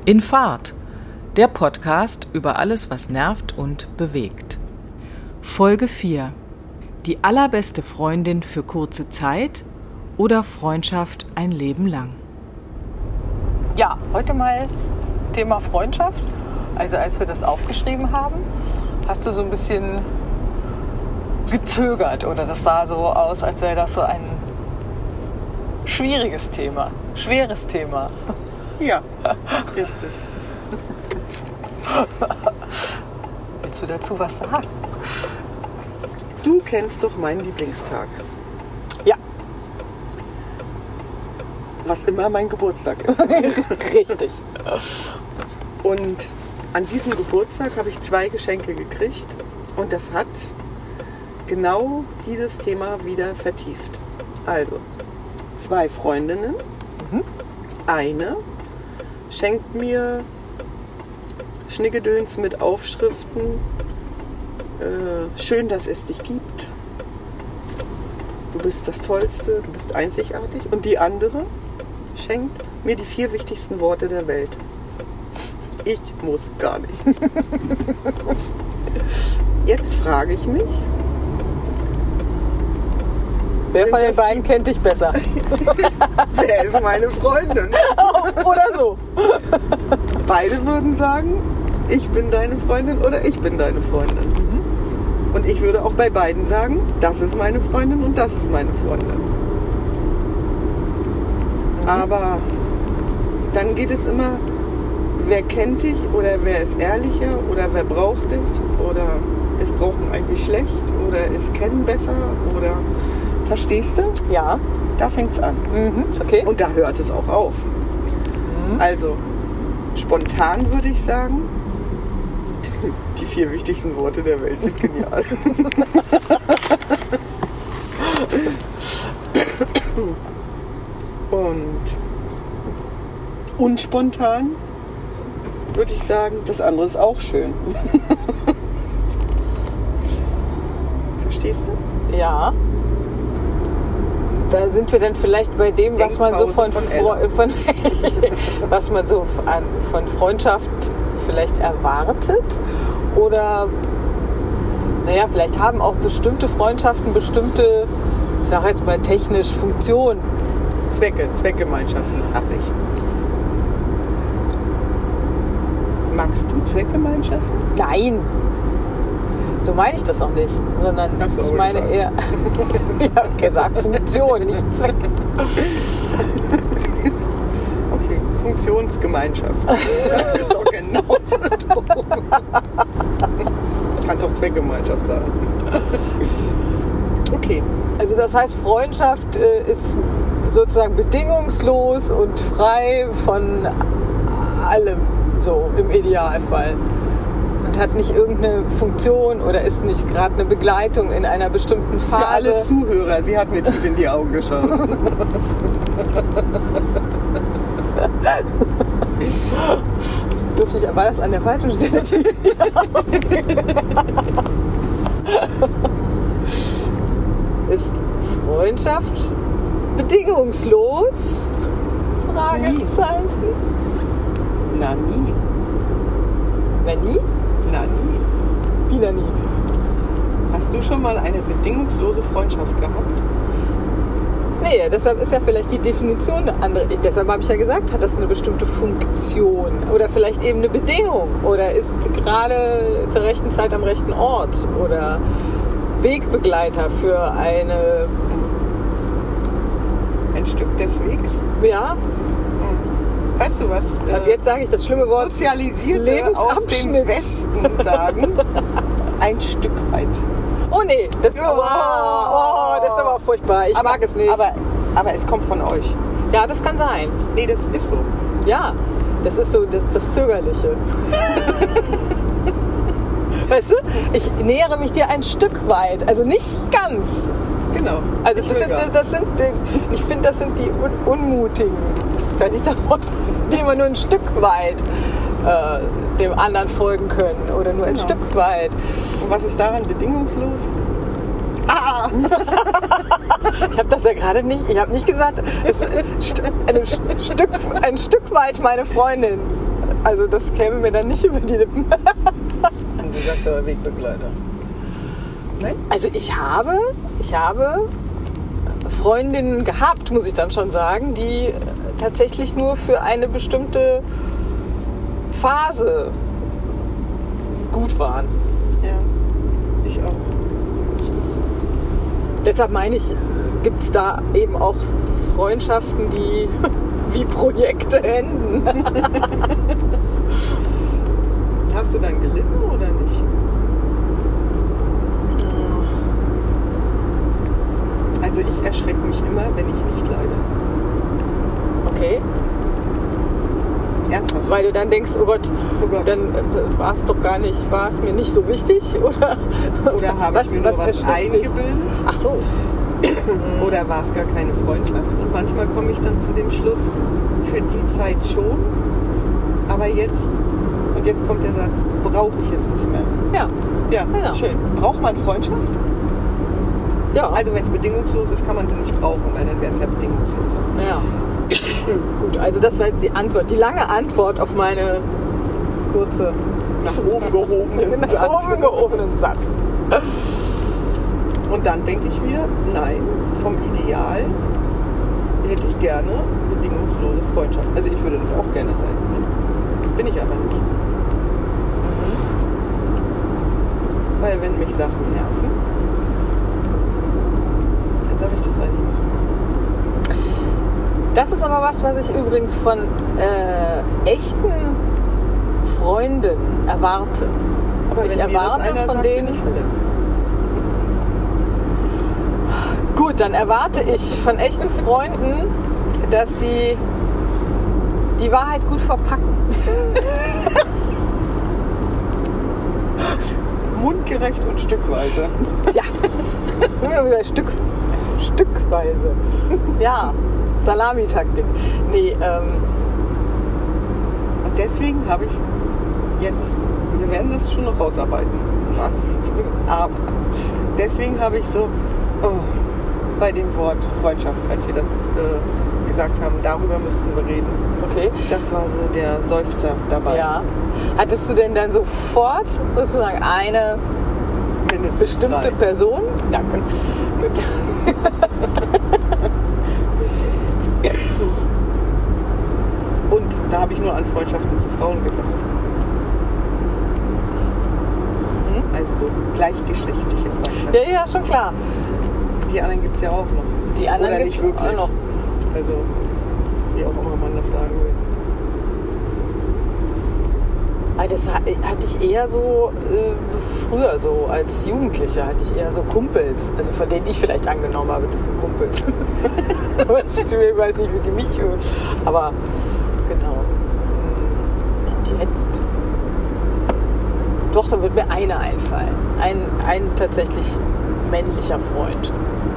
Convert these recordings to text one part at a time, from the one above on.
In Fahrt, der Podcast über alles, was nervt und bewegt. Folge 4. Die allerbeste Freundin für kurze Zeit oder Freundschaft ein Leben lang? Ja, heute mal Thema Freundschaft. Also als wir das aufgeschrieben haben, hast du so ein bisschen gezögert oder das sah so aus, als wäre das so ein schwieriges Thema, schweres Thema. Ja, ist es. Willst du dazu was sagen? Du kennst doch meinen Lieblingstag. Ja. Was immer mein Geburtstag ist. Richtig. Und an diesem Geburtstag habe ich 2 Geschenke gekriegt und das hat genau dieses Thema wieder vertieft. Also, 2 Freundinnen, eine schenkt mir Schniggedöns mit Aufschriften, schön, dass es dich gibt, du bist das Tollste, du bist einzigartig. Und die andere schenkt mir die 4 wichtigsten Worte der Welt. Ich muss gar nichts. Jetzt frage ich mich, wer von den beiden kennt dich besser? wer ist meine Freundin? Oder so. Beide würden sagen, ich bin deine Freundin oder ich bin deine Freundin. Und ich würde auch bei beiden sagen, das ist meine Freundin und das ist meine Freundin. Aber dann geht es immer, wer kennt dich oder wer ist ehrlicher oder wer braucht dich oder ist brauchen eigentlich schlecht oder ist kennen besser oder... Verstehst du? Ja. Da fängt's an. Okay. Und da hört es auch auf. Also, spontan würde ich sagen, die 4 wichtigsten Worte der Welt sind genial. Und unspontan würde ich sagen, das andere ist auch schön. Verstehst du? Ja. Da sind wir dann vielleicht bei dem, was man so von was man so von Freundschaft vielleicht erwartet. Oder naja, vielleicht haben auch bestimmte Freundschaften bestimmte, ich sage jetzt mal technisch, Funktionen. Zweckgemeinschaften hasse ich. Magst du Zweckgemeinschaften? Nein. So meine ich das auch nicht, sondern ich meine eher, ich habe gesagt Funktion, nicht Zweck. Okay, Funktionsgemeinschaft. Das ist doch genauso doof. Kannst auch Zweckgemeinschaft sagen. Okay. Also das heißt, Freundschaft ist sozusagen bedingungslos und frei von allem, so im Idealfall. Und hat nicht irgendeine Funktion oder ist nicht gerade eine Begleitung in einer bestimmten Phase. Für alle Zuhörer, sie hat mir tief in die Augen geschaut. Durfte ich, war das an der falschen Stelle? Ist Freundschaft bedingungslos? Fragezeichen. Na nie. Na nie? Na nie. Wieder nie. Hast du schon mal eine bedingungslose Freundschaft gehabt? Nee, deshalb ist ja vielleicht die Definition eine andere. Deshalb habe ich ja gesagt, hat das eine bestimmte Funktion oder vielleicht eben eine Bedingung oder ist gerade zur rechten Zeit am rechten Ort oder Wegbegleiter für ein Stück des Wegs? Ja. Weißt du was? Also jetzt sage ich das schlimme Wort. Sozialisierte aus dem Westen sagen, ein Stück weit. Oh nee, das ist aber furchtbar. Ich mag es nicht. Aber es kommt von euch. Ja, das kann sein. Nee, das ist so. Ja, das ist so das Zögerliche. Weißt du, ich nähere mich dir ein Stück weit, also nicht ganz. Genau. Also ich finde, das sind die Unmutigen. Das ist nicht das Wort, die immer nur ein Stück weit dem anderen folgen können oder nur ein Stück weit. Und was ist daran bedingungslos? Ich habe das ja gerade nicht, ich habe nicht gesagt, es ist ein Stück weit meine Freundin. Also das käme mir dann nicht über die Lippen. Und du sagst aber Wegbegleiter. Nein? Also ich habe Freundinnen gehabt, muss ich dann schon sagen, die tatsächlich nur für eine bestimmte Phase gut waren. Ja, ich auch. Deshalb meine ich, gibt es da eben auch Freundschaften, die wie Projekte enden. Hast du dann gelitten oder nicht? Also ich erschrecke mich immer, wenn ich nicht leide. Okay. Ernsthaft? Weil du dann denkst, oh Gott, dann war es mir nicht so wichtig? Oder habe ich mir nur was eingebildet? Ach so. Oder war es gar keine Freundschaft? Und manchmal komme ich dann zu dem Schluss, für die Zeit schon, aber jetzt kommt der Satz, brauche ich es nicht mehr. Ja. Ja, genau. Schön. Braucht man Freundschaft? Ja. Also wenn es bedingungslos ist, kann man sie nicht brauchen, weil dann wäre es ja bedingungslos. Ja. Gut, also das war jetzt die Antwort. Die lange Antwort auf meine kurze, Nach oben gehobenen Satz. Und dann denke ich wieder, nein, vom Ideal hätte ich gerne bedingungslose Freundschaft. Also ich würde das auch gerne sein. Ne? Bin ich aber nicht. Weil wenn mich Sachen nerven, dann sage ich das einfach. Das ist aber was ich übrigens von echten Freunden erwarte. Aber ich wenn mir das erwarte einer von sagt, denen, bin ich verletzt. Gut, dann erwarte ich von echten Freunden, dass sie die Wahrheit gut verpacken. Mundgerecht und stückweise. Ja, Stückweise. Ja, Salamitaktik. Nee, Und deswegen habe ich jetzt, wir werden das schon noch rausarbeiten, was, aber deswegen habe ich so, bei dem Wort Freundschaft, als wir das gesagt haben, darüber müssten wir reden. okay. Das war so der Seufzer dabei. Ja. Hattest du denn dann sofort sozusagen eine Mindestens bestimmte 3. Person? Danke. Gut. Und da habe ich nur an Freundschaften zu Frauen gedacht. Also so gleichgeschlechtliche Freundschaften. Ja, schon klar. Die anderen gibt es ja auch noch. Die anderen Oder gibt es nicht wirklich. auch noch. Also, wie auch immer man das sagen will. Das hatte ich eher so früher so, als Jugendliche hatte ich eher so Kumpels, also von denen ich vielleicht angenommen habe, das sind Kumpels. Ich weiß nicht, wie die mich hören, aber genau. Und jetzt? Doch, da wird mir eine einfallen. Ein tatsächlich männlicher Freund.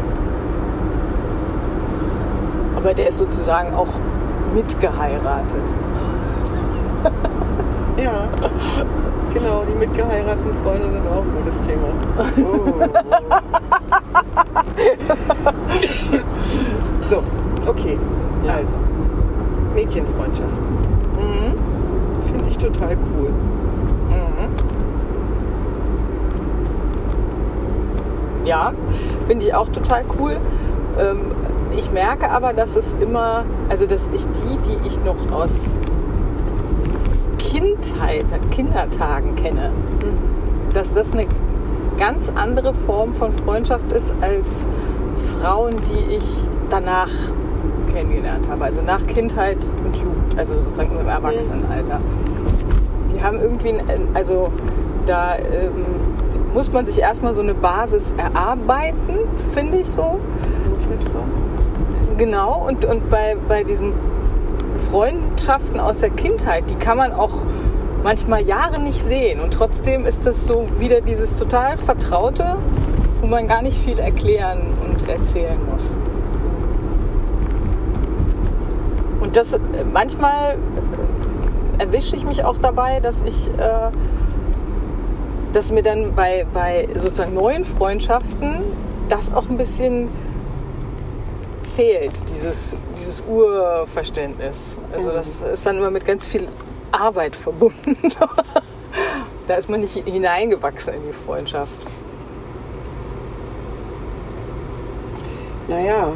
Aber der ist sozusagen auch mitgeheiratet. Ja, genau, die mitgeheirateten Freunde sind auch ein gutes Thema. So, okay, Ja. also, Mädchenfreundschaften. Finde ich total cool. Ja, finde ich auch total cool. Ich merke aber, dass es immer, also dass ich die ich noch aus Kindertagen kenne, dass das eine ganz andere Form von Freundschaft ist als Frauen, die ich danach kennengelernt habe, also nach Kindheit und Jugend, also sozusagen im Erwachsenenalter. Die haben irgendwie, also da muss man sich erstmal so eine Basis erarbeiten, finde ich so. Genau, und bei diesen Freundschaften aus der Kindheit, die kann man auch manchmal Jahre nicht sehen und trotzdem ist das so wieder dieses total Vertraute, wo man gar nicht viel erklären und erzählen muss. Und das manchmal erwische ich mich auch dabei, dass mir dann bei sozusagen neuen Freundschaften das auch ein bisschen fehlt, dieses Urverständnis. Also das ist dann immer mit ganz viel Arbeit verbunden. Da ist man nicht hineingewachsen in die Freundschaft. Naja,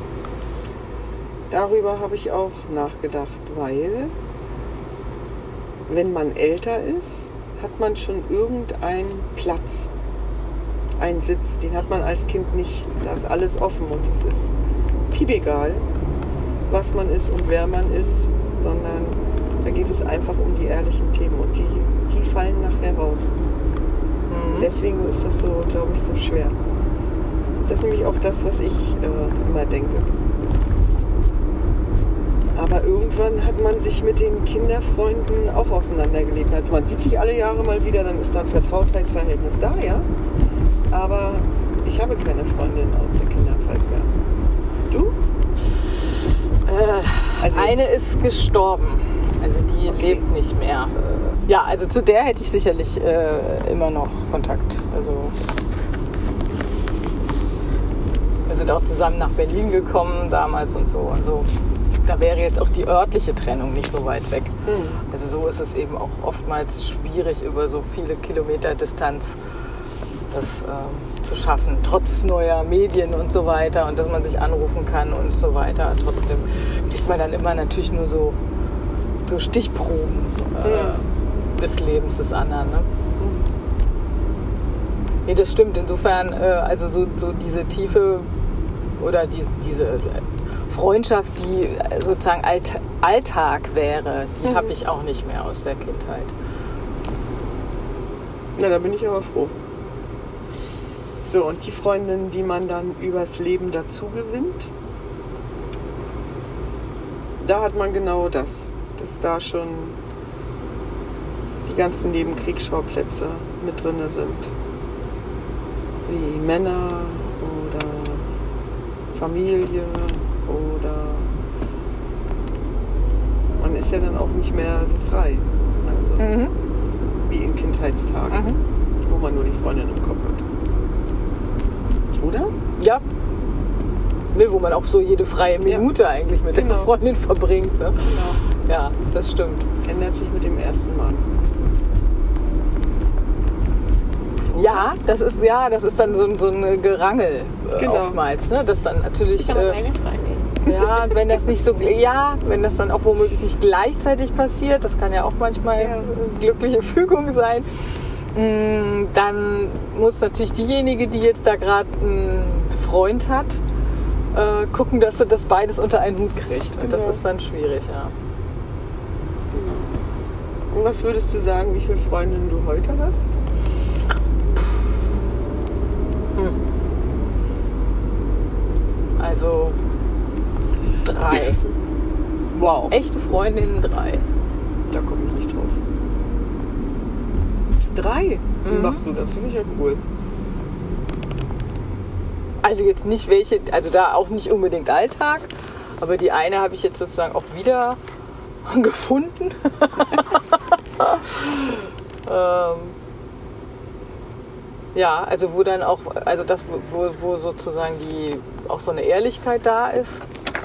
darüber habe ich auch nachgedacht, weil wenn man älter ist, hat man schon irgendeinen Platz, einen Sitz, den hat man als Kind nicht. Da ist alles offen und es ist piepegal, was man ist und wer man ist, sondern da geht es einfach um die ehrlichen Themen und die fallen nachher raus. Deswegen ist das so, glaube ich, so schwer. Das ist nämlich auch das, was ich immer denke. Aber irgendwann hat man sich mit den Kinderfreunden auch auseinandergelebt. Also man sieht sich alle Jahre mal wieder, dann ist da ein Vertrautheitsverhältnis da, ja. Aber ich habe keine Freundin aus der Kinderzeit mehr. Du? Also eine ist gestorben. Also die lebt nicht mehr. Ja, also zu der hätte ich sicherlich immer noch Kontakt. Also wir sind auch zusammen nach Berlin gekommen damals und so. Also da wäre jetzt auch die örtliche Trennung nicht so weit weg. Also so ist es eben auch oftmals schwierig, über so viele Kilometer Distanz das zu schaffen, trotz neuer Medien und so weiter und dass man sich anrufen kann und so weiter. Trotzdem kriegt man dann immer natürlich nur so Stichproben des Lebens des anderen. Ne? Nee, das stimmt. Insofern, also so diese Tiefe oder diese Freundschaft, die sozusagen Alltag wäre, die habe ich auch nicht mehr aus der Kindheit. Na, da bin ich aber froh. So, und die Freundin, die man dann übers Leben dazu gewinnt, da hat man genau das, dass da schon die ganzen Nebenkriegsschauplätze mit drin sind. Wie Männer oder Familie oder man ist ja dann auch nicht mehr so frei. Also wie in Kindheitstagen, wo man nur die Freundin im Kopf hat. Oder? Ja. Nee, wo man auch so jede freie Minute eigentlich mit der Freundin verbringt. Ne? Genau. Ja, das stimmt. Ändert sich mit dem ersten Mal. Ja, das ist dann so ein Gerangel oftmals. Ne? Das dann natürlich. Ich habe meine Freundin. Ja, wenn das nicht so, wenn das dann auch womöglich nicht gleichzeitig passiert, das kann ja auch manchmal glückliche Fügung sein, dann muss natürlich diejenige, die jetzt da gerade einen Freund hat, gucken, dass sie das beides unter einen Hut kriegt. Und das ist dann schwierig, ja. Und was würdest du sagen, wie viele Freundinnen du heute hast? Also 3. Wow. Echte Freundinnen 3. Da komme ich nicht drauf. 3? Wie machst du das? Finde ich ja cool. Also jetzt nicht welche, also da auch nicht unbedingt Alltag, aber die eine habe ich jetzt sozusagen auch wieder gefunden. Ja, also wo dann auch, also das, wo sozusagen auch so eine Ehrlichkeit da ist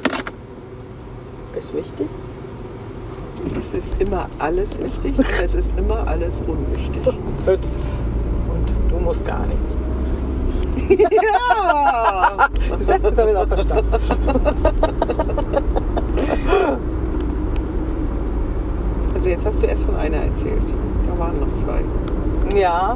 wichtig. Es ist immer alles wichtig, es ist immer alles unwichtig. Und du musst gar nichts. Ja! Das habe ich auch verstanden. Also jetzt hast du erst von einer erzählt. Da waren noch 2. Ja.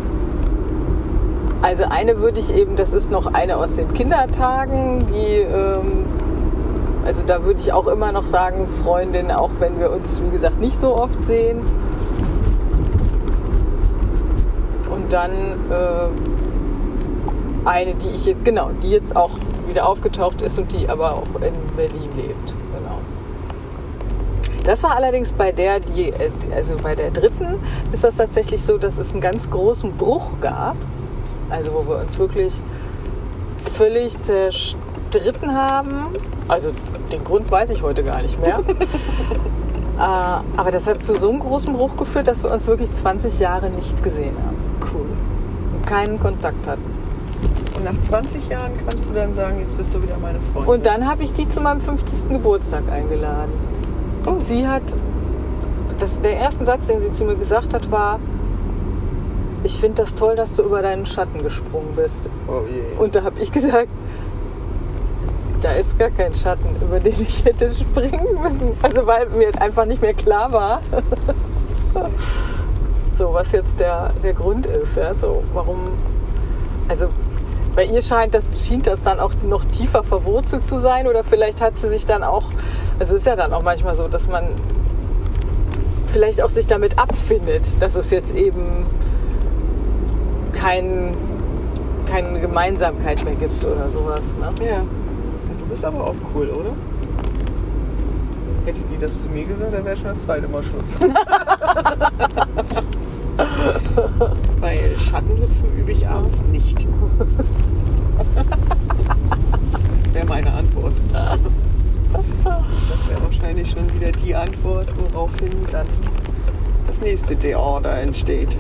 Also eine würde ich eben, das ist noch eine aus den Kindertagen, die, also da würde ich auch immer noch sagen, Freundin, auch wenn wir uns, wie gesagt, nicht so oft sehen. Und dann eine, die jetzt auch wieder aufgetaucht ist und die aber auch in Berlin lebt. Genau. Das war allerdings bei der dritten, ist das tatsächlich so, dass es einen ganz großen Bruch gab. Also wo wir uns wirklich völlig zerstritten haben. Also den Grund weiß ich heute gar nicht mehr. Aber das hat zu so einem großen Bruch geführt, dass wir uns wirklich 20 Jahre nicht gesehen haben. Cool. Und keinen Kontakt hatten. Und nach 20 Jahren kannst du dann sagen, jetzt bist du wieder meine Freundin. Und dann habe ich die zu meinem 50. Geburtstag eingeladen. Und sie hat der erste Satz, den sie zu mir gesagt hat, war: Ich finde das toll, dass du über deinen Schatten gesprungen bist. Oh je. Und da habe ich gesagt, da ist gar kein Schatten, über den ich hätte springen müssen. Also weil mir einfach nicht mehr klar war, so was jetzt der Grund ist. Ja? So, warum, also bei ihr schien das dann auch noch tiefer verwurzelt zu sein, oder vielleicht hat sie sich dann auch, es ist ja dann auch manchmal so, dass man vielleicht auch sich damit abfindet, dass es jetzt eben keine Gemeinsamkeit mehr gibt oder sowas. Ne? Ja. Du bist aber auch cool, oder? Hätte die das zu mir gesagt, dann wäre schon das zweite Mal Schluss. Weil Schattenhüpfen übe ich abends nicht. Wäre meine Antwort. Das wäre wahrscheinlich schon wieder die Antwort, woraufhin dann das nächste Theater entsteht.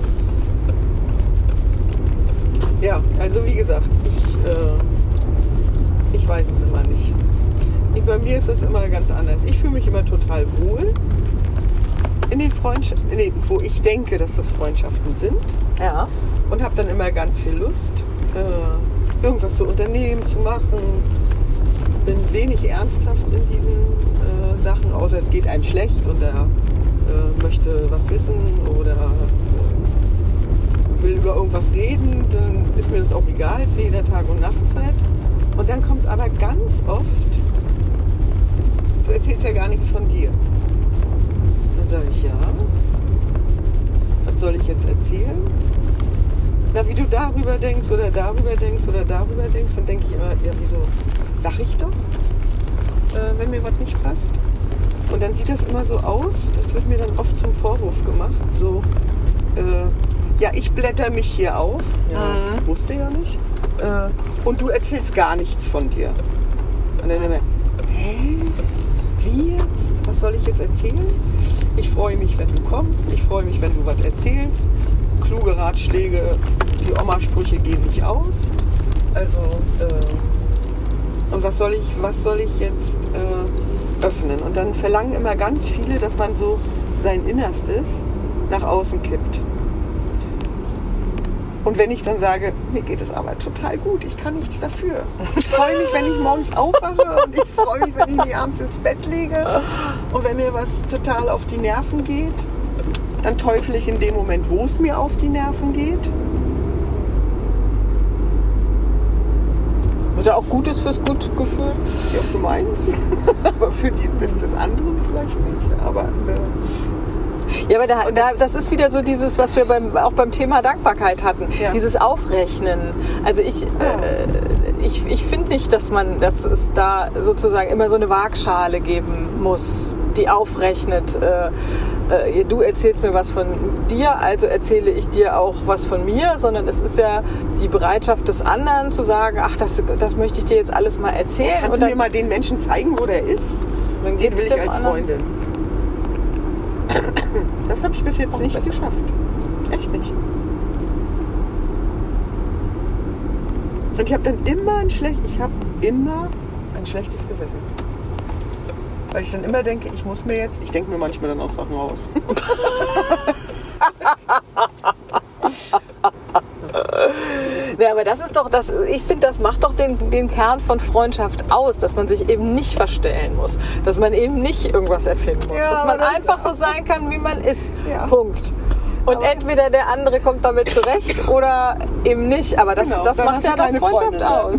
Ja, also wie gesagt, ich weiß es immer nicht. Bei mir ist es immer ganz anders. Ich fühle mich immer total wohl in den Freundschaften, wo ich denke, dass das Freundschaften sind. Ja. Und habe dann immer ganz viel Lust, irgendwas zu unternehmen, zu machen. Bin wenig ernsthaft in diesen Sachen, außer es geht einem schlecht und er möchte was wissen oder will über irgendwas reden, dann ist mir das auch egal, es ist jeder Tag- und Nachtzeit. Und dann kommt aber ganz oft, du erzählst ja gar nichts von dir. Dann sage ich, ja, was soll ich jetzt erzählen? Na, wie du darüber denkst oder darüber denkst oder darüber denkst, dann denke ich immer, ja, wieso, sag ich doch, wenn mir was nicht passt. Und dann sieht das immer so aus, das wird mir dann oft zum Vorwurf gemacht, so, ja, ich blätter mich hier auf, ja, wusste ja nicht, und du erzählst gar nichts von dir. Und dann immer, hä? Wie jetzt? Was soll ich jetzt erzählen? Ich freue mich, wenn du kommst, ich freue mich, wenn du was erzählst. Kluge Ratschläge, die Oma-Sprüche gehen nicht aus. Also, und was soll ich jetzt öffnen? Und dann verlangen immer ganz viele, dass man so sein Innerstes nach außen kippt. Und wenn ich dann sage, mir geht es aber total gut, ich kann nichts dafür. Ich freue mich, wenn ich morgens aufwache und ich freue mich, wenn ich mich abends ins Bett lege. Und wenn mir was total auf die Nerven geht, dann teufle ich in dem Moment, wo es mir auf die Nerven geht. Was ja auch gut ist fürs Gutgefühl. Ja, für meins. Aber für des anderen vielleicht nicht. Aber ja, aber das ist wieder so dieses, was wir auch beim Thema Dankbarkeit hatten. Ja. Dieses Aufrechnen. Also ich finde nicht, dass es da sozusagen immer so eine Waagschale geben muss, die aufrechnet. Du erzählst mir was von dir, also erzähle ich dir auch was von mir, sondern es ist ja die Bereitschaft des anderen zu sagen, ach, das möchte ich dir jetzt alles mal erzählen. Kannst du mir mal den Menschen zeigen, wo der ist? Den will ich als Freundin. Das habe ich bis jetzt nicht geschafft. Echt nicht. Und ich habe dann immer ein schlechtes Gewissen. Weil ich dann immer denke, ich denke mir manchmal dann auch Sachen aus. Ja, aber das ist doch ich finde, das macht doch den Kern von Freundschaft aus, dass man sich eben nicht verstellen muss, dass man eben nicht irgendwas erfinden muss, ja, dass man einfach so sein kann, wie man ist. Ja. Punkt. Und aber entweder der andere kommt damit zurecht oder eben nicht, aber das macht ja eine Freundschaft aus.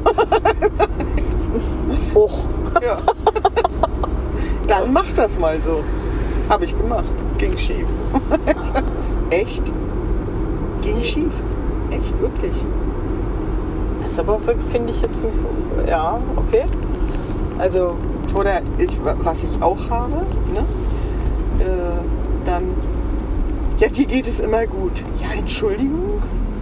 Hoch. Ja. Dann mach das mal so. Habe ich gemacht. Ging schief. Echt? Ging schief. Echt, wirklich. Das ist aber, finde ich jetzt, ja, okay. Also. Oder was ich auch habe, ne? Dann, ja, dir geht es immer gut. Ja, Entschuldigung.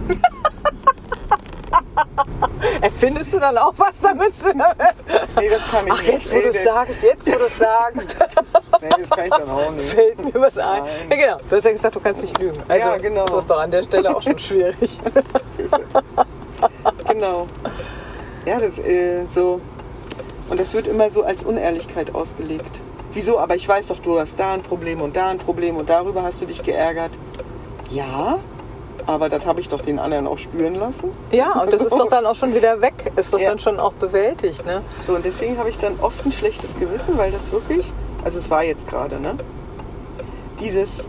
Erfindest du dann auch was damit? Nee, das kann ich nicht. Ach, jetzt wo du es sagst. Nee, das kann ich dann auch nicht. Fällt mir was ein. Nein. Ja, genau. Du hast ja gesagt, du kannst nicht lügen. Also, ja, genau. Das ist doch an der Stelle auch schon schwierig. Genau. Ja, das so. Und das wird immer so als Unehrlichkeit ausgelegt. wieso, aber ich weiß doch, du hast da ein Problem und da ein Problem und darüber hast du dich geärgert. Ja, aber das habe ich doch den anderen auch spüren lassen. Ja, und das ist doch dann auch schon wieder weg, ist doch dann schon auch bewältigt, ne? So, und deswegen habe ich dann oft ein schlechtes Gewissen, weil das wirklich, also es war jetzt gerade, ne? Dieses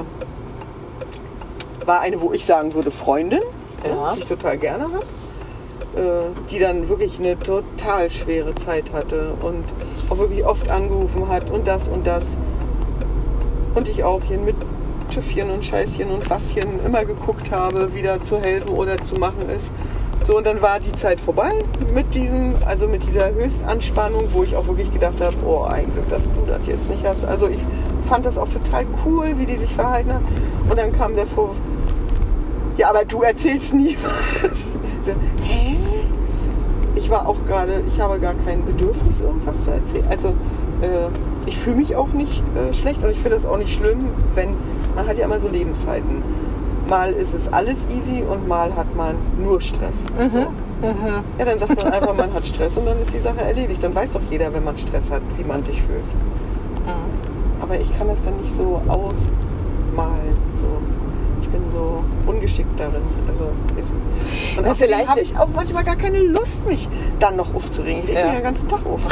war eine, wo ich sagen würde, Freundin, die ich total gerne habe, die dann wirklich eine total schwere Zeit hatte und auch wirklich oft angerufen hat und das und das. Und ich auch hier mit Tüffchen und Scheißchen und Wasschen immer geguckt habe, wieder zu helfen oder zu machen ist. So, und dann war die Zeit vorbei mit dieser Höchstanspannung, wo ich auch wirklich gedacht habe, oh, ein Glück, dass du das jetzt nicht hast. Also ich fand das auch total cool, wie die sich verhalten hat. Und dann kam der Vorwurf, ja, aber du erzählst nie was. So, hä? Ich habe gar kein Bedürfnis, irgendwas zu erzählen. Also ich fühle mich auch nicht schlecht und ich finde das auch nicht schlimm, wenn man hat ja immer so Lebenszeiten. Mal ist es alles easy und mal hat man nur Stress. So. Ja, dann sagt man einfach, man hat Stress und dann ist die Sache erledigt. Dann weiß doch jeder, wenn man Stress hat, wie man sich fühlt. Aber ich kann das dann nicht so ausmalen. So. Ich bin so ungeschickt darin. Und außerdem habe ich auch manchmal gar keine Lust, mich dann noch aufzuregen. Ich reg mich den ganzen Tag auf.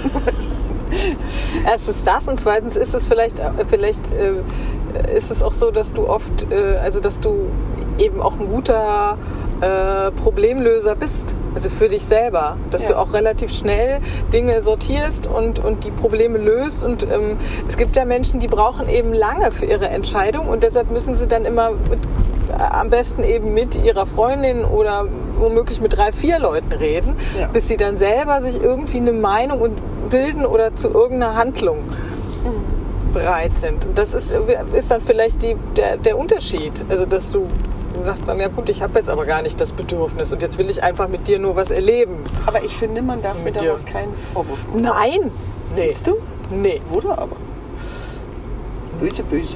Erstens das und zweitens ist es vielleicht ist es auch so, dass du oft, dass du eben auch ein guter Problemlöser bist, also für dich selber, dass du auch relativ schnell Dinge sortierst und die Probleme löst und es gibt ja Menschen, die brauchen eben lange für ihre Entscheidung und deshalb müssen sie dann immer am besten eben mit ihrer Freundin oder womöglich mit 3, 4 Leuten reden, bis sie dann selber sich irgendwie eine Meinung bilden oder zu irgendeiner Handlung bereit sind. Und das ist dann vielleicht der Unterschied. Also, dass du sagst dann, ja gut, ich habe jetzt aber gar nicht das Bedürfnis und jetzt will ich einfach mit dir nur was erleben. Aber ich finde, man darf mir daraus keinen Vorwurf machen. Nein! Nee. Siehst du? Nee. Wurde aber. Böse, böse.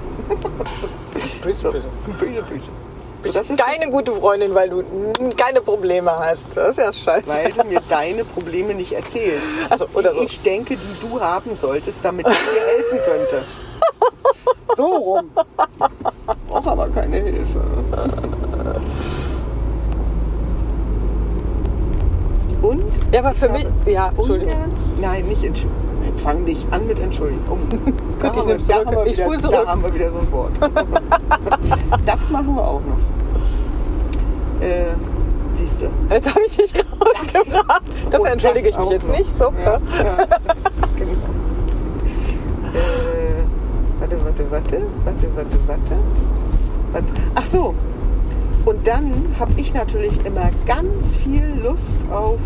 Böse, böse. Böse, böse. Du bist keine gute Freundin, weil du keine Probleme hast. Das ist ja scheiße. Weil du mir deine Probleme nicht erzählst. Also, oder die ich denke, die du haben solltest, damit ich dir helfen könnte. So rum. Brauche aber keine Hilfe. Und? Ja, aber für mich... Ja, Entschuldigung. Nein, nicht Entschuldigung. Fang nicht an mit Entschuldigung. Da haben wir wieder so ein Wort. Das machen wir auch noch. Siehst du. Jetzt habe ich dich rausgebracht. Dafür entschuldige ich mich jetzt noch nicht. So, ja, genau. Warte. Ach so. Und dann habe ich natürlich immer ganz viel Lust auf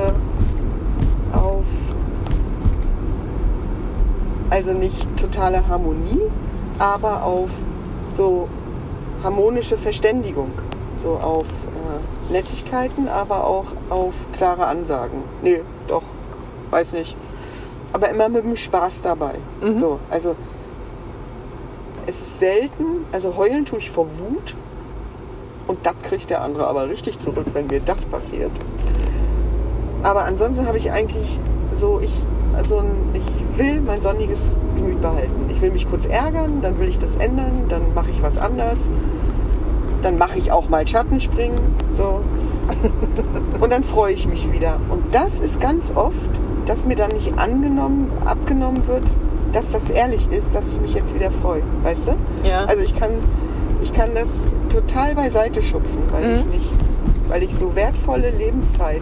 also nicht totale Harmonie, aber auf so harmonische Verständigung, so auf Nettigkeiten, aber auch auf klare Ansagen. Nee, doch, weiß nicht. Aber immer mit dem Spaß dabei. So, also es ist selten, also heulen tue ich vor Wut und das kriegt der andere aber richtig zurück, wenn mir das passiert. Aber ansonsten habe ich eigentlich so, ich will mein sonniges Gemüt behalten. Ich will mich kurz ärgern, dann will ich das ändern, dann mache ich was anders. Dann mache ich auch mal Schattenspringen. So. Und dann freue ich mich wieder. Und das ist ganz oft, dass mir dann nicht abgenommen wird, dass das ehrlich ist, dass ich mich jetzt wieder freue. Weißt du? Ja. Also ich kann das total beiseite schubsen, weil ich so wertvolle Lebenszeit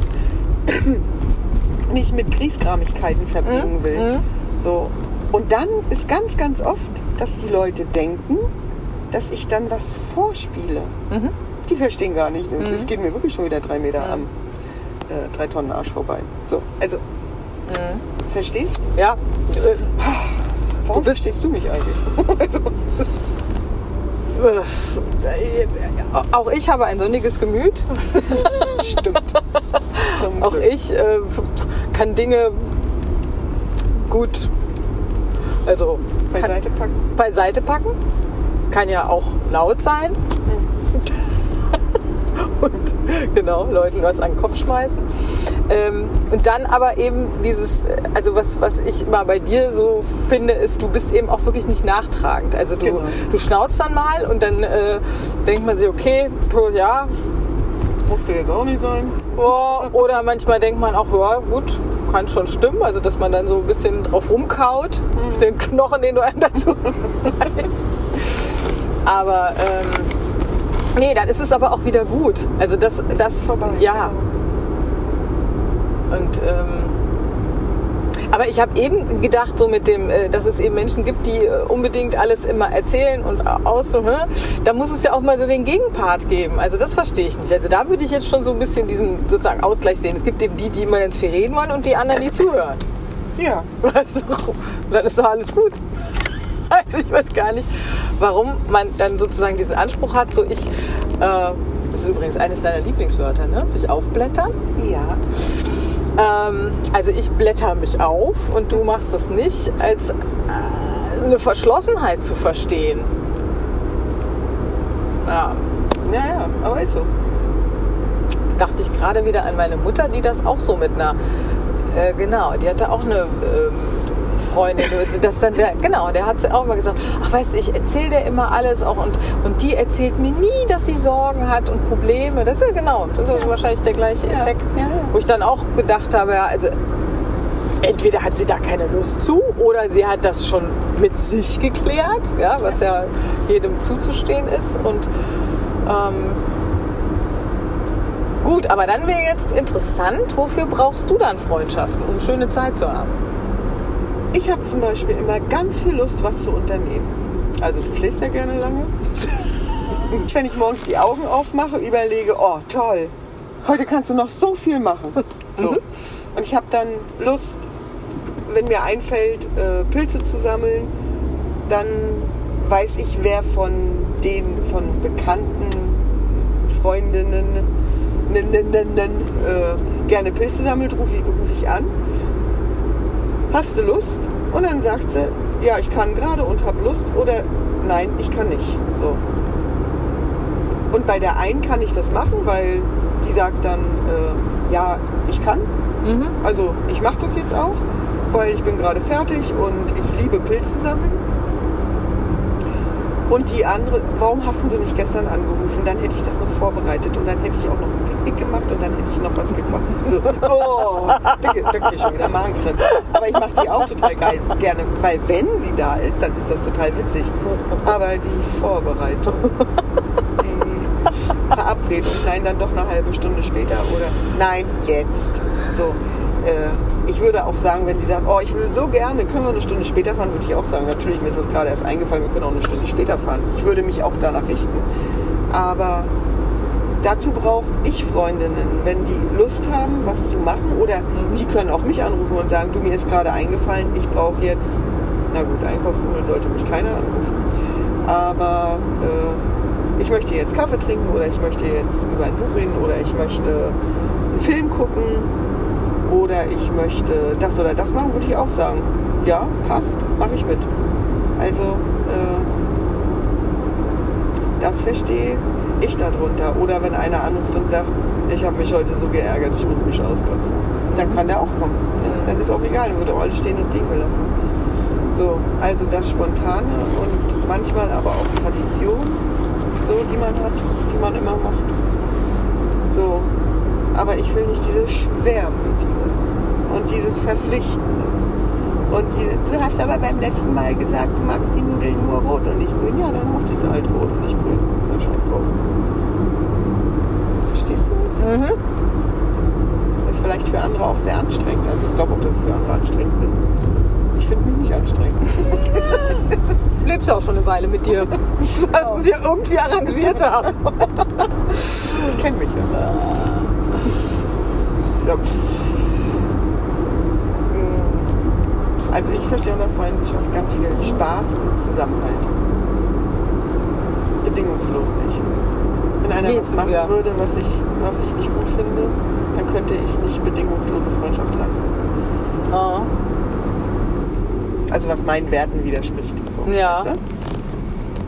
nicht mit Griesgramigkeiten verbringen will. So. Und dann ist ganz, ganz oft, dass die Leute denken, dass ich dann was vorspiele. Die verstehen gar nicht. Es geht mir wirklich schon wieder 3 Meter am 3 Tonnen Arsch vorbei. So, also, verstehst du? Ja. Warum verstehst du mich eigentlich? Auch ich habe ein sonniges Gemüt. Stimmt. Auch ich kann Dinge gut beiseite packen. Kann ja auch laut sein. Und genau, Leuten was an den Kopf schmeißen. Und dann aber eben dieses, also was ich immer bei dir so finde, ist, du bist eben auch wirklich nicht nachtragend. Also du schnauzt dann mal und dann denkt man sich, okay, ja. Musst du jetzt auch nicht sein. Oder manchmal denkt man auch, ja gut, kann schon stimmen. Also dass man dann so ein bisschen drauf rumkaut, auf den Knochen, den du einem dazu weißt. Aber nee, dann ist es aber auch wieder gut. Also das vorbei. Ja. Und aber ich habe eben gedacht, so mit dem, dass es eben Menschen gibt, die unbedingt alles immer erzählen und da muss es ja auch mal so den Gegenpart geben. Also das verstehe ich nicht. Also da würde ich jetzt schon so ein bisschen diesen sozusagen Ausgleich sehen. Es gibt eben die immer ganz viel reden wollen und die anderen, die zuhören. Ja. Also, dann ist doch alles gut. Also ich weiß gar nicht, warum man dann sozusagen diesen Anspruch hat, so das ist übrigens eines deiner Lieblingswörter, ne? Sich aufblättern. Ja. Also ich blätter mich auf und du machst das nicht, als eine Verschlossenheit zu verstehen. Ja. Ja, aber ist so. Jetzt dachte ich gerade wieder an meine Mutter, die das auch so mit einer, die hatte auch eine Freundin, der hat sie auch immer gesagt, ach weißt du, ich erzähle dir immer alles auch und die erzählt mir nie, dass sie Sorgen hat und Probleme. Das ist wahrscheinlich der gleiche Effekt. Ja. Wo ich dann auch gedacht habe, ja, also entweder hat sie da keine Lust zu oder sie hat das schon mit sich geklärt, ja, was ja jedem zuzustehen ist. Und gut, aber dann wäre jetzt interessant, wofür brauchst du dann Freundschaften, um schöne Zeit zu haben? Ich habe zum Beispiel immer ganz viel Lust, was zu unternehmen. Also du schläfst ja gerne lange. Wenn ich morgens die Augen aufmache, überlege, oh toll, heute kannst du noch so viel machen. So. Und ich habe dann Lust, wenn mir einfällt, Pilze zu sammeln, dann weiß ich, wer von bekannten Freundinnen gerne Pilze sammelt, ruf ich an. Hast du Lust? Und dann sagt sie, ja, ich kann gerade und habe Lust oder nein, ich kann nicht. So. Und bei der einen kann ich das machen, weil die sagt dann, ja, ich kann. Also ich mache das jetzt auch, weil ich bin gerade fertig und ich liebe Pilze sammeln. Und die andere, warum hast du nicht gestern angerufen? Dann hätte ich das noch vorbereitet und dann hätte ich auch noch ein Picknick gemacht und dann hätte ich noch was gekocht. So, da kriege ich schon wieder Magenkrämpfe. Aber ich mache die auch total gerne, weil wenn sie da ist, dann ist das total witzig. Aber die Vorbereitung, die Verabredung, nein, dann doch eine halbe Stunde später oder nein, jetzt. So. Ich würde auch sagen, wenn die sagt, oh, ich will so gerne, können wir eine Stunde später fahren, würde ich auch sagen, natürlich, mir ist das gerade erst eingefallen, wir können auch eine Stunde später fahren. Ich würde mich auch danach richten. Aber dazu brauche ich Freundinnen, wenn die Lust haben, was zu machen oder die können auch mich anrufen und sagen, du, mir ist gerade eingefallen, ich brauche jetzt, na gut, Einkaufsbummel sollte mich keiner anrufen, aber ich möchte jetzt Kaffee trinken oder ich möchte jetzt über ein Buch reden oder ich möchte einen Film gucken oder ich möchte das oder das machen, würde ich auch sagen, ja, passt, mache ich mit. Also das verstehe ich darunter. Oder wenn einer anruft und sagt, ich habe mich heute so geärgert, ich muss mich auskotzen, dann kann der auch kommen. Dann ist auch egal, dann wird auch alles stehen und liegen gelassen. So, also das Spontane und manchmal aber auch Tradition, so, die man hat, die man immer macht. So, aber ich will nicht diese Schwermütige und dieses Verpflichtende. Und du hast aber beim letzten Mal gesagt, du magst die Nudeln nur rot und nicht grün. Ja, dann mach das halt rot und nicht grün. Dann scheiß drauf. Verstehst du mich? Ist vielleicht für andere auch sehr anstrengend. Also ich glaube auch, dass ich für andere anstrengend bin. Ich finde mich nicht anstrengend. Du lebst ja auch schon eine Weile mit dir. Das muss ich irgendwie arrangiert haben. Du kennst mich ja. Ja. Also ich verstehe unter Freundschaft ganz viel Spaß und Zusammenhalt. Bedingungslos nicht. Wenn einer was machen würde, was ich nicht gut finde, dann könnte ich nicht bedingungslose Freundschaft leisten. Oh. Also was meinen Werten widerspricht. Ja. Weißt du?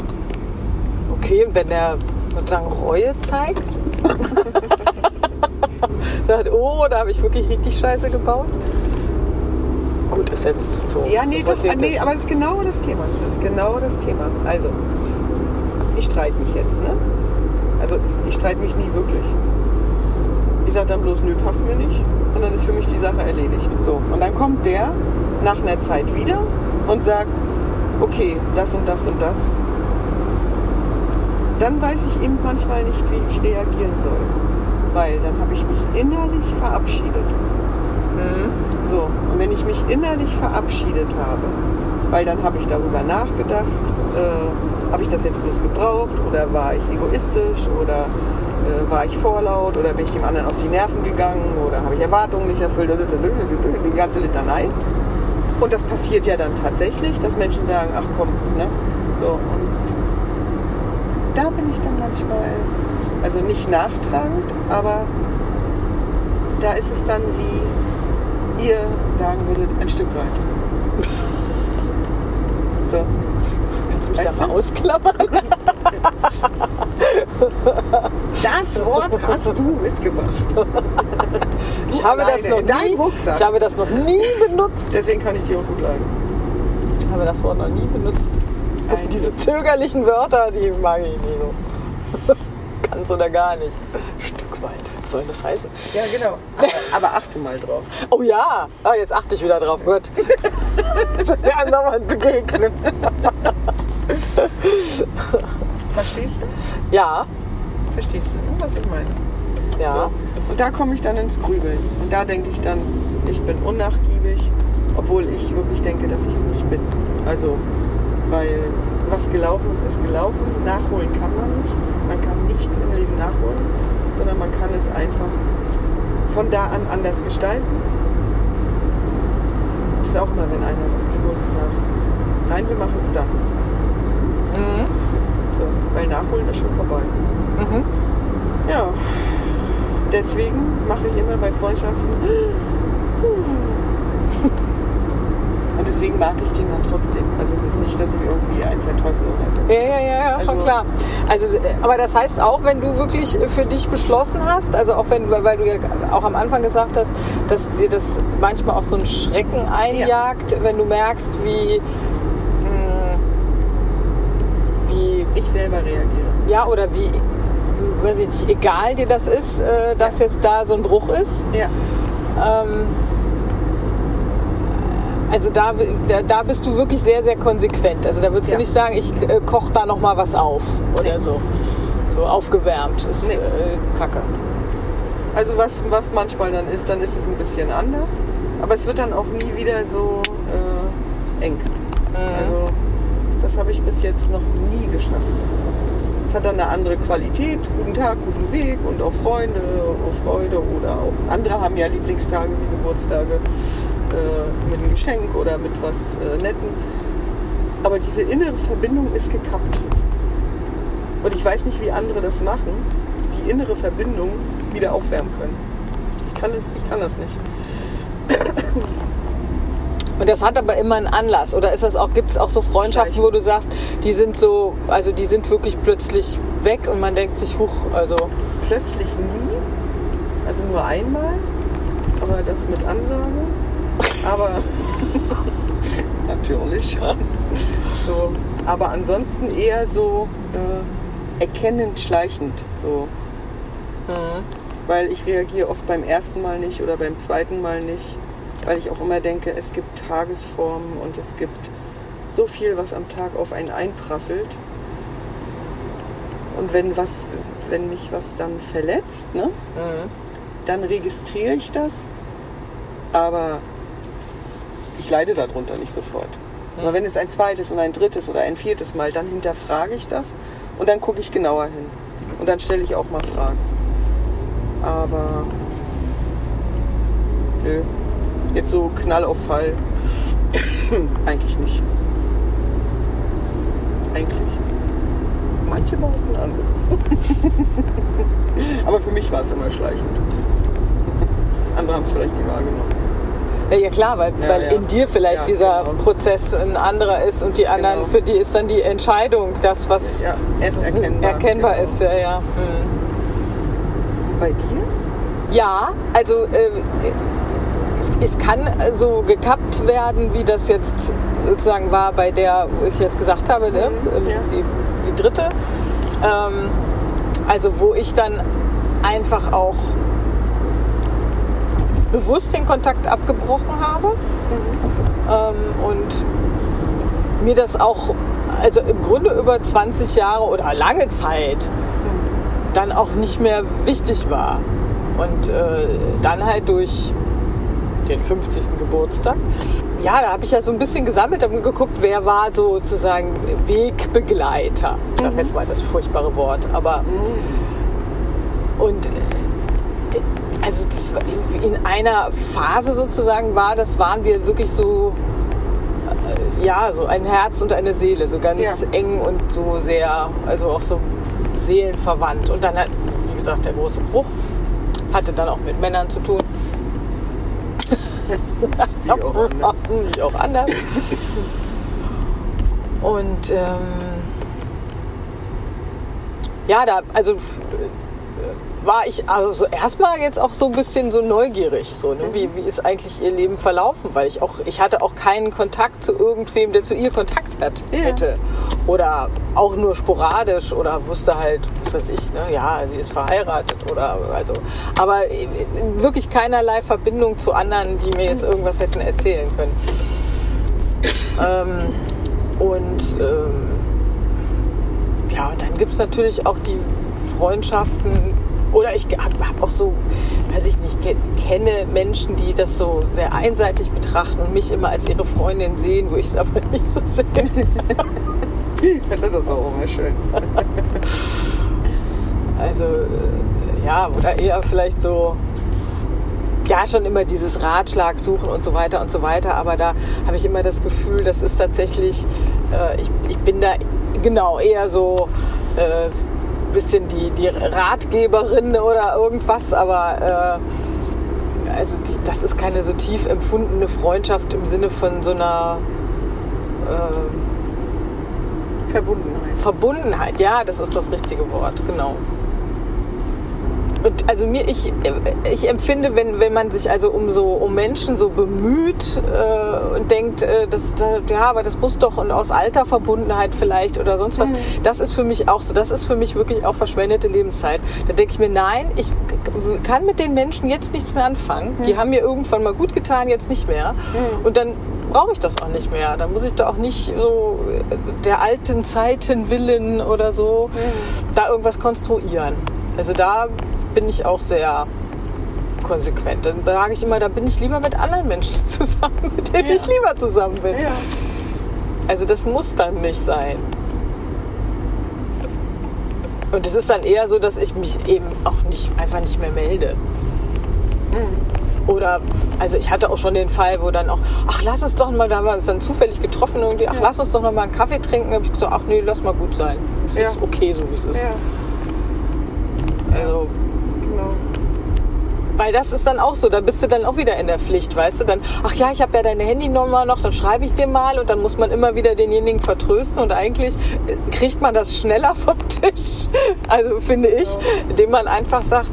Okay, und wenn der sozusagen Reue zeigt? Sagt, oh, da habe ich wirklich richtig Scheiße gebaut. Gut, ist jetzt so. Ja, nee, aber das ist genau das Thema. Das ist genau das Thema. Also, ich streite mich jetzt, ne? Also, ich streite mich nie wirklich. Ich sage dann bloß, nö, passt mir nicht. Und dann ist für mich die Sache erledigt. So, und dann kommt der nach einer Zeit wieder und sagt, okay, das und das und das. Dann weiß ich eben manchmal nicht, wie ich reagieren soll. Weil dann habe ich mich innerlich verabschiedet. So, und wenn ich mich innerlich verabschiedet habe, weil dann habe ich darüber nachgedacht, habe ich das jetzt bloß gebraucht oder war ich egoistisch oder war ich vorlaut oder bin ich dem anderen auf die Nerven gegangen oder habe ich Erwartungen nicht erfüllt, die ganze Litanei. Und das passiert ja dann tatsächlich, dass Menschen sagen, ach komm, ne? So, und da bin ich dann manchmal, also nicht nachtragend, aber da ist es dann, wie ihr sagen würdet, ein Stück weit. So. Kannst du mich da mal ausklammern? Das Wort hast du mitgebracht. Ich habe das noch nie benutzt. Deswegen kann ich dir auch gut leiden. Ich habe das Wort noch nie benutzt. Diese zögerlichen Wörter, die mag ich nie so. Ganz oder gar nicht. Stück weit. Was soll das heißen? Ja, genau. Aber achte mal drauf. Oh ja, jetzt achte ich wieder drauf. Gut. Wir haben nochmal begegnen. Verstehst du? Ja. Verstehst du, ne, was ich meine? Ja. So. Und da komme ich dann ins Grübeln. Und da denke ich dann, ich bin unnachgiebig, obwohl ich wirklich denke, dass ich es nicht bin. Also, weil was gelaufen ist, ist gelaufen. Nachholen kann man nichts. Man kann nichts im Leben nachholen, sondern man kann es einfach von da an anders gestalten. Das ist auch immer, wenn einer sagt, wir holen es nach. Nein, wir machen es dann. So, weil Nachholen ist schon vorbei. Ja, deswegen mache ich immer bei Freundschaften und deswegen mag ich den dann trotzdem. Also es ist nicht, dass ich irgendwie einen verteufel oder so. Ja, schon klar. Also, aber das heißt auch, wenn du wirklich für dich beschlossen hast, also auch wenn, weil du ja auch am Anfang gesagt hast, dass dir das manchmal auch so einen Schrecken einjagt, wenn du merkst, wie ich selber reagiere. Ja, oder wie, weiß ich nicht, egal dir das ist, dass jetzt da so ein Bruch ist. Ja. Also da bist du wirklich sehr, sehr konsequent. Also da würdest du nicht sagen, ich koche da noch mal was auf oder so. So aufgewärmt. Ist Kacke. Also was manchmal dann ist es ein bisschen anders. Aber es wird dann auch nie wieder so eng. Also das habe ich bis jetzt noch nie geschafft. Es hat dann eine andere Qualität, guten Tag, guten Weg und auch Freunde, Freude oder auch andere haben ja Lieblingstage wie Geburtstage mit einem Geschenk oder mit was Netten. Aber diese innere Verbindung ist gekappt. Und ich weiß nicht, wie andere das machen, die innere Verbindung wieder aufwärmen können. Ich kann das nicht. Und das hat aber immer einen Anlass. Oder gibt es auch so Freundschaften, wo du sagst, die sind so, also die sind wirklich plötzlich weg und man denkt sich, huch, also. Plötzlich nie. Also nur einmal. Aber das mit Ansage. Aber natürlich. So. Aber ansonsten eher so erkennend, schleichend. So. Weil ich reagiere oft beim ersten Mal nicht oder beim zweiten Mal nicht. Weil ich auch immer denke, es gibt Tagesformen und es gibt so viel, was am Tag auf einen einprasselt. Und wenn mich was dann verletzt, ne, dann registriere ich das, aber ich leide darunter nicht sofort. Aber wenn es ein zweites und ein drittes oder ein viertes Mal, dann hinterfrage ich das und dann gucke ich genauer hin. Und dann stelle ich auch mal Fragen. Aber nö. Jetzt so Knall auf Fall. Eigentlich nicht. Eigentlich. Manche behaupten anderes. Aber für mich war es immer schleichend. Andere haben es vielleicht nie wahrgenommen. Ja klar, weil in dir vielleicht dieser Prozess ein anderer ist und die anderen, für die ist dann die Entscheidung das, was erst erkennbar ist. Ja. Bei dir? Ja, also es kann so gekappt werden, wie das jetzt sozusagen war bei der, wo ich jetzt gesagt habe, ne? Die dritte. Also wo ich dann einfach auch bewusst den Kontakt abgebrochen habe und mir das auch, also im Grunde über 20 Jahre oder lange Zeit dann auch nicht mehr wichtig war. Und dann halt durch den 50. Geburtstag. Ja, da habe ich ja so ein bisschen gesammelt, habe geguckt, wer war sozusagen Wegbegleiter. Ich sage jetzt mal das furchtbare Wort, aber und also das in einer Phase sozusagen waren wir wirklich so so ein Herz und eine Seele, so ganz eng und so sehr, also auch so seelenverwandt. Und dann hat, wie gesagt, der große Bruch hatte dann auch mit Männern zu tun. Wie auch anders. Und war ich also erstmal jetzt auch so ein bisschen so neugierig, so, ne? Wie ist eigentlich ihr Leben verlaufen, weil ich hatte auch keinen Kontakt zu irgendwem, der zu ihr Kontakt hätte oder auch nur sporadisch oder wusste halt, was weiß ich, ne? Ja, sie ist verheiratet oder also, aber wirklich keinerlei Verbindung zu anderen, die mir jetzt irgendwas hätten erzählen können. Und dann gibt es natürlich auch die Freundschaften. Oder ich habe auch so, weiß ich nicht, kenne Menschen, die das so sehr einseitig betrachten und mich immer als ihre Freundin sehen, wo ich es aber nicht so sehe. Das ist auch immer schön. Also, oder eher vielleicht so, schon immer dieses Ratschlag suchen und so weiter, aber da habe ich immer das Gefühl, das ist tatsächlich, ich bin da genau eher so, bisschen die Ratgeberin oder irgendwas, aber das ist keine so tief empfundene Freundschaft im Sinne von so einer Verbundenheit, ja, das ist das richtige Wort, genau. Und also ich empfinde, wenn man sich also um Menschen so bemüht und denkt, aber das muss doch, und aus alter Verbundenheit vielleicht oder sonst was, das ist für mich auch so, das ist für mich wirklich auch verschwendete Lebenszeit. Da denke ich mir, nein, ich kann mit den Menschen jetzt nichts mehr anfangen. Die haben mir irgendwann mal gut getan, jetzt nicht mehr. Und dann brauche ich das auch nicht mehr. Dann muss ich da auch nicht so der alten Zeiten willen oder so da irgendwas konstruieren. Also da bin ich auch sehr konsequent. Dann sage ich immer, da bin ich lieber mit anderen Menschen zusammen, mit denen ich lieber zusammen bin. Ja. Also das muss dann nicht sein. Und es ist dann eher so, dass ich mich eben auch einfach nicht mehr melde. Oder, also ich hatte auch schon den Fall, wo dann auch, lass uns doch mal, da haben wir uns dann zufällig getroffen irgendwie, lass uns doch noch mal einen Kaffee trinken. Da habe ich gesagt, nee, lass mal gut sein. Das ist okay, so wie es ist. Ja. Also, genau. Weil das ist dann auch so, da bist du dann auch wieder in der Pflicht, weißt du, dann, ich habe ja deine Handynummer noch, dann schreibe ich dir mal, und dann muss man immer wieder denjenigen vertrösten, und eigentlich kriegt man das schneller vom Tisch, also finde ich, indem man einfach sagt,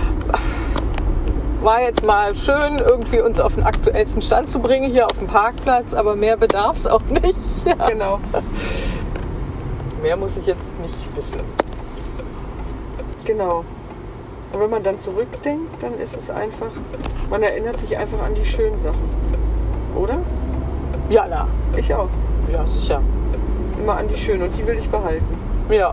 war jetzt mal schön, irgendwie uns auf den aktuellsten Stand zu bringen, hier auf dem Parkplatz, aber mehr bedarf es auch nicht. Ja. Genau. Mehr muss ich jetzt nicht wissen. Genau. Und wenn man dann zurückdenkt, dann ist es einfach, man erinnert sich einfach an die schönen Sachen. Oder? Ja, na. Ich auch. Ja, sicher. Immer an die schönen, und die will ich behalten. Ja.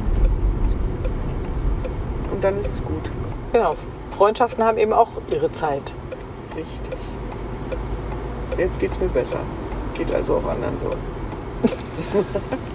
Und dann ist es gut. Genau. Freundschaften haben eben auch ihre Zeit. Richtig. Jetzt geht's mir besser. Geht also auch anderen so.